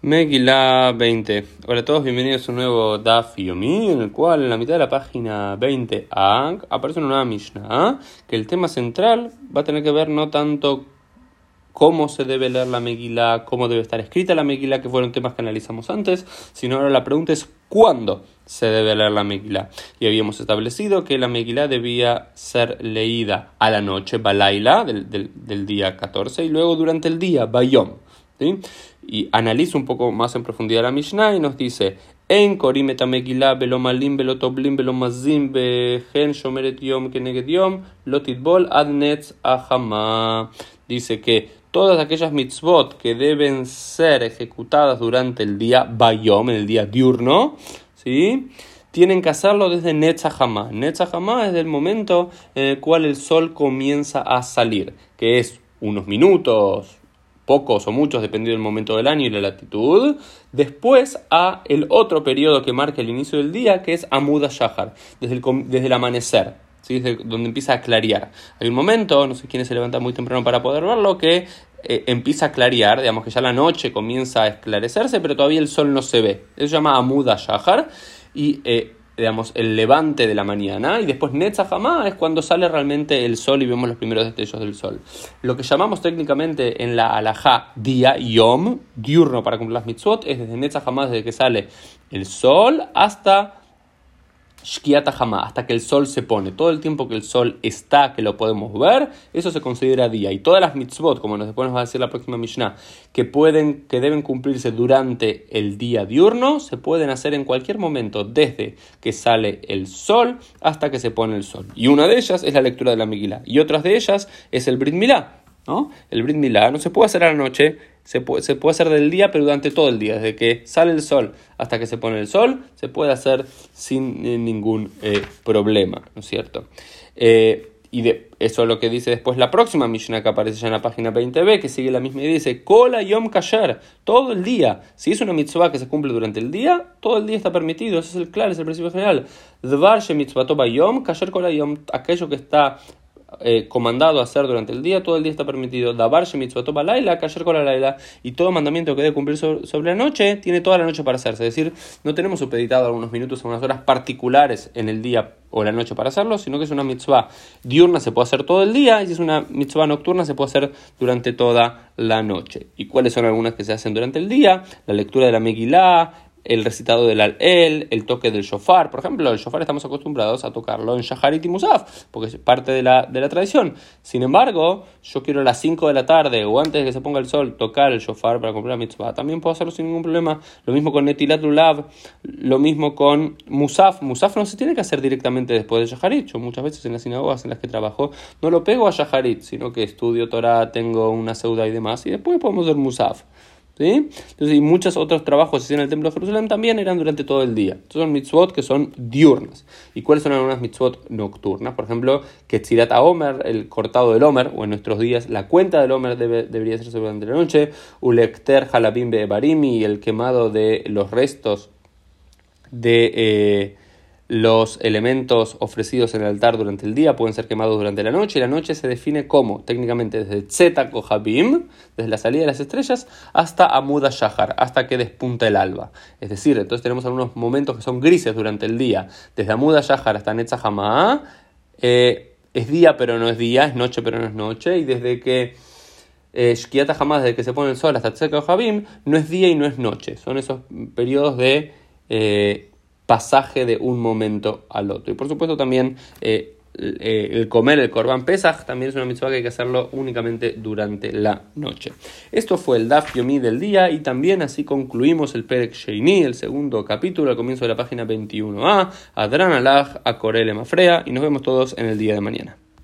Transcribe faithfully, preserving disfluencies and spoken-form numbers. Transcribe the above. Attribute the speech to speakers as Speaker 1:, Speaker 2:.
Speaker 1: Megilá veinte. Hola a todos, bienvenidos a un nuevo Daf Yomi, en el cual en la mitad de la página veinte a aparece una nueva Mishnah, que el tema central va a tener que ver no tanto cómo se debe leer la Megilá, cómo debe estar escrita la Megilá, que fueron temas que analizamos antes, sino ahora la pregunta es ¿cuándo se debe leer la Megilá? Y habíamos establecido que la Megilá debía ser leída a la noche, Balaila, del, del, del día catorce, y luego durante el día, Bayom. ¿Sí? Y analiza un poco más en profundidad la Mishnah y nos dice: En korim et Megilá velo malim velo toblim velo mazim behen shomeret yom keneged yom lo titbol ad netz ahama. Dice que todas aquellas mitzvot que deben ser ejecutadas durante el día bayom, en el día diurno, ¿sí?, tienen que hacerlo desde netz ahama. Netz ahama es el momento en el cual el sol comienza a salir, que es unos minutos, pocos o muchos, dependiendo del momento del año y la latitud, después a el otro periodo que marca el inicio del día, que es Amud HaShahar, desde el, desde el amanecer, ¿sí?, desde donde empieza a clarear. Hay un momento, no sé quiénes se levantan muy temprano para poder verlo, que eh, empieza a clarear, digamos que ya la noche comienza a esclarecerse, pero todavía el sol no se ve. Eso se llama Amud HaShahar, y eh, digamos, el levante de la mañana, y después Netz Ahama es cuando sale realmente el sol y vemos los primeros destellos del sol. Lo que llamamos técnicamente en la halajá día, yom, diurno para cumplir las mitzvot, es desde Netz Ahama, desde que sale el sol hasta Shkiat Ahama, hasta que el sol se pone. Todo el tiempo que el sol está, que lo podemos ver, eso se considera día. Y todas las mitzvot, como nos después nos va a decir la próxima Mishnah, que pueden, que deben cumplirse durante el día diurno, se pueden hacer en cualquier momento, desde que sale el sol hasta que se pone el sol. Y una de ellas es la lectura de la Megilá. Y otras de ellas es el Brit Milá, ¿no? El Brit Milá no se puede hacer a la noche, se puede, se puede hacer del día, pero durante todo el día, desde que sale el sol hasta que se pone el sol, se puede hacer sin eh, ningún eh, problema, ¿no es cierto? Eh, y de, eso es lo que dice después la próxima Mishnah, que aparece ya en la página veinte b, que sigue la misma y dice: Kola yom kasher, todo el día. Si es una mitzvah que se cumple durante el día, todo el día está permitido. Ese es el claro, es el principio general. Dvar she mitzvato bayom kasher kola yom, aquello que está Eh, comandado a hacer durante el día, todo el día está permitido. Davar shemitzvato balayla, kasher kol halayla, y todo mandamiento que debe cumplir sobre, sobre la noche, tiene toda la noche para hacerse. Es decir, no tenemos supeditado algunos minutos o unas horas particulares en el día o la noche para hacerlo, sino que es una mitzvah diurna, se puede hacer todo el día, y si es una mitzvah nocturna, se puede hacer durante toda la noche. ¿Y cuáles son algunas que se hacen durante el día? La lectura de la Megilá, el recitado del Al-El, el toque del shofar. Por ejemplo, el shofar estamos acostumbrados a tocarlo en Shaharit y Musaf, porque es parte de la, de la tradición. Sin embargo, yo quiero a las cinco de la tarde o antes de que se ponga el sol tocar el shofar para cumplir la mitzvah. También puedo hacerlo sin ningún problema. Lo mismo con Netilat Lulav, lo mismo con Musaf. Musaf no se tiene que hacer directamente después de Shaharit. Yo muchas veces en las sinagogas en las que trabajo no lo pego a Shaharit, sino que estudio Torah, tengo una seuda y demás, y después podemos hacer Musaf. ¿Sí? Entonces, y muchos otros trabajos en el Templo de Jerusalén también eran durante todo el día. Estos son mitzvot que son diurnas. ¿Y cuáles son algunas mitzvot nocturnas? Por ejemplo, que Tzirat HaOmer, el cortado del Omer, o en nuestros días la cuenta del Omer debe, debería hacerse durante la noche. Ulekter Halabim Be'ebarimi, el quemado de los restos de eh, los elementos ofrecidos en el altar durante el día pueden ser quemados durante la noche, y la noche se define como, técnicamente, desde Tzeta Kohabim, desde la salida de las estrellas, hasta Amud HaShahar, hasta que despunta el alba. Es decir, entonces tenemos algunos momentos que son grises durante el día, desde Amud HaShahar hasta Netz Ahama, eh, es día pero no es día, es noche pero no es noche, y desde que eh, Shkiat Ahama, desde que se pone el sol hasta Tzeta Kohabim, no es día y no es noche, son esos periodos de Eh, pasaje de un momento al otro. Y por supuesto también eh, el comer el Korban Pesach también es una mitzvah que hay que hacerlo únicamente durante la noche. Esto fue el Daf Yomi del día, y también así concluimos el Perek Sheini, el segundo capítulo, al comienzo de la página veintiuno a Adran Alaj a Korele Mafrea, y nos vemos todos en el día de mañana.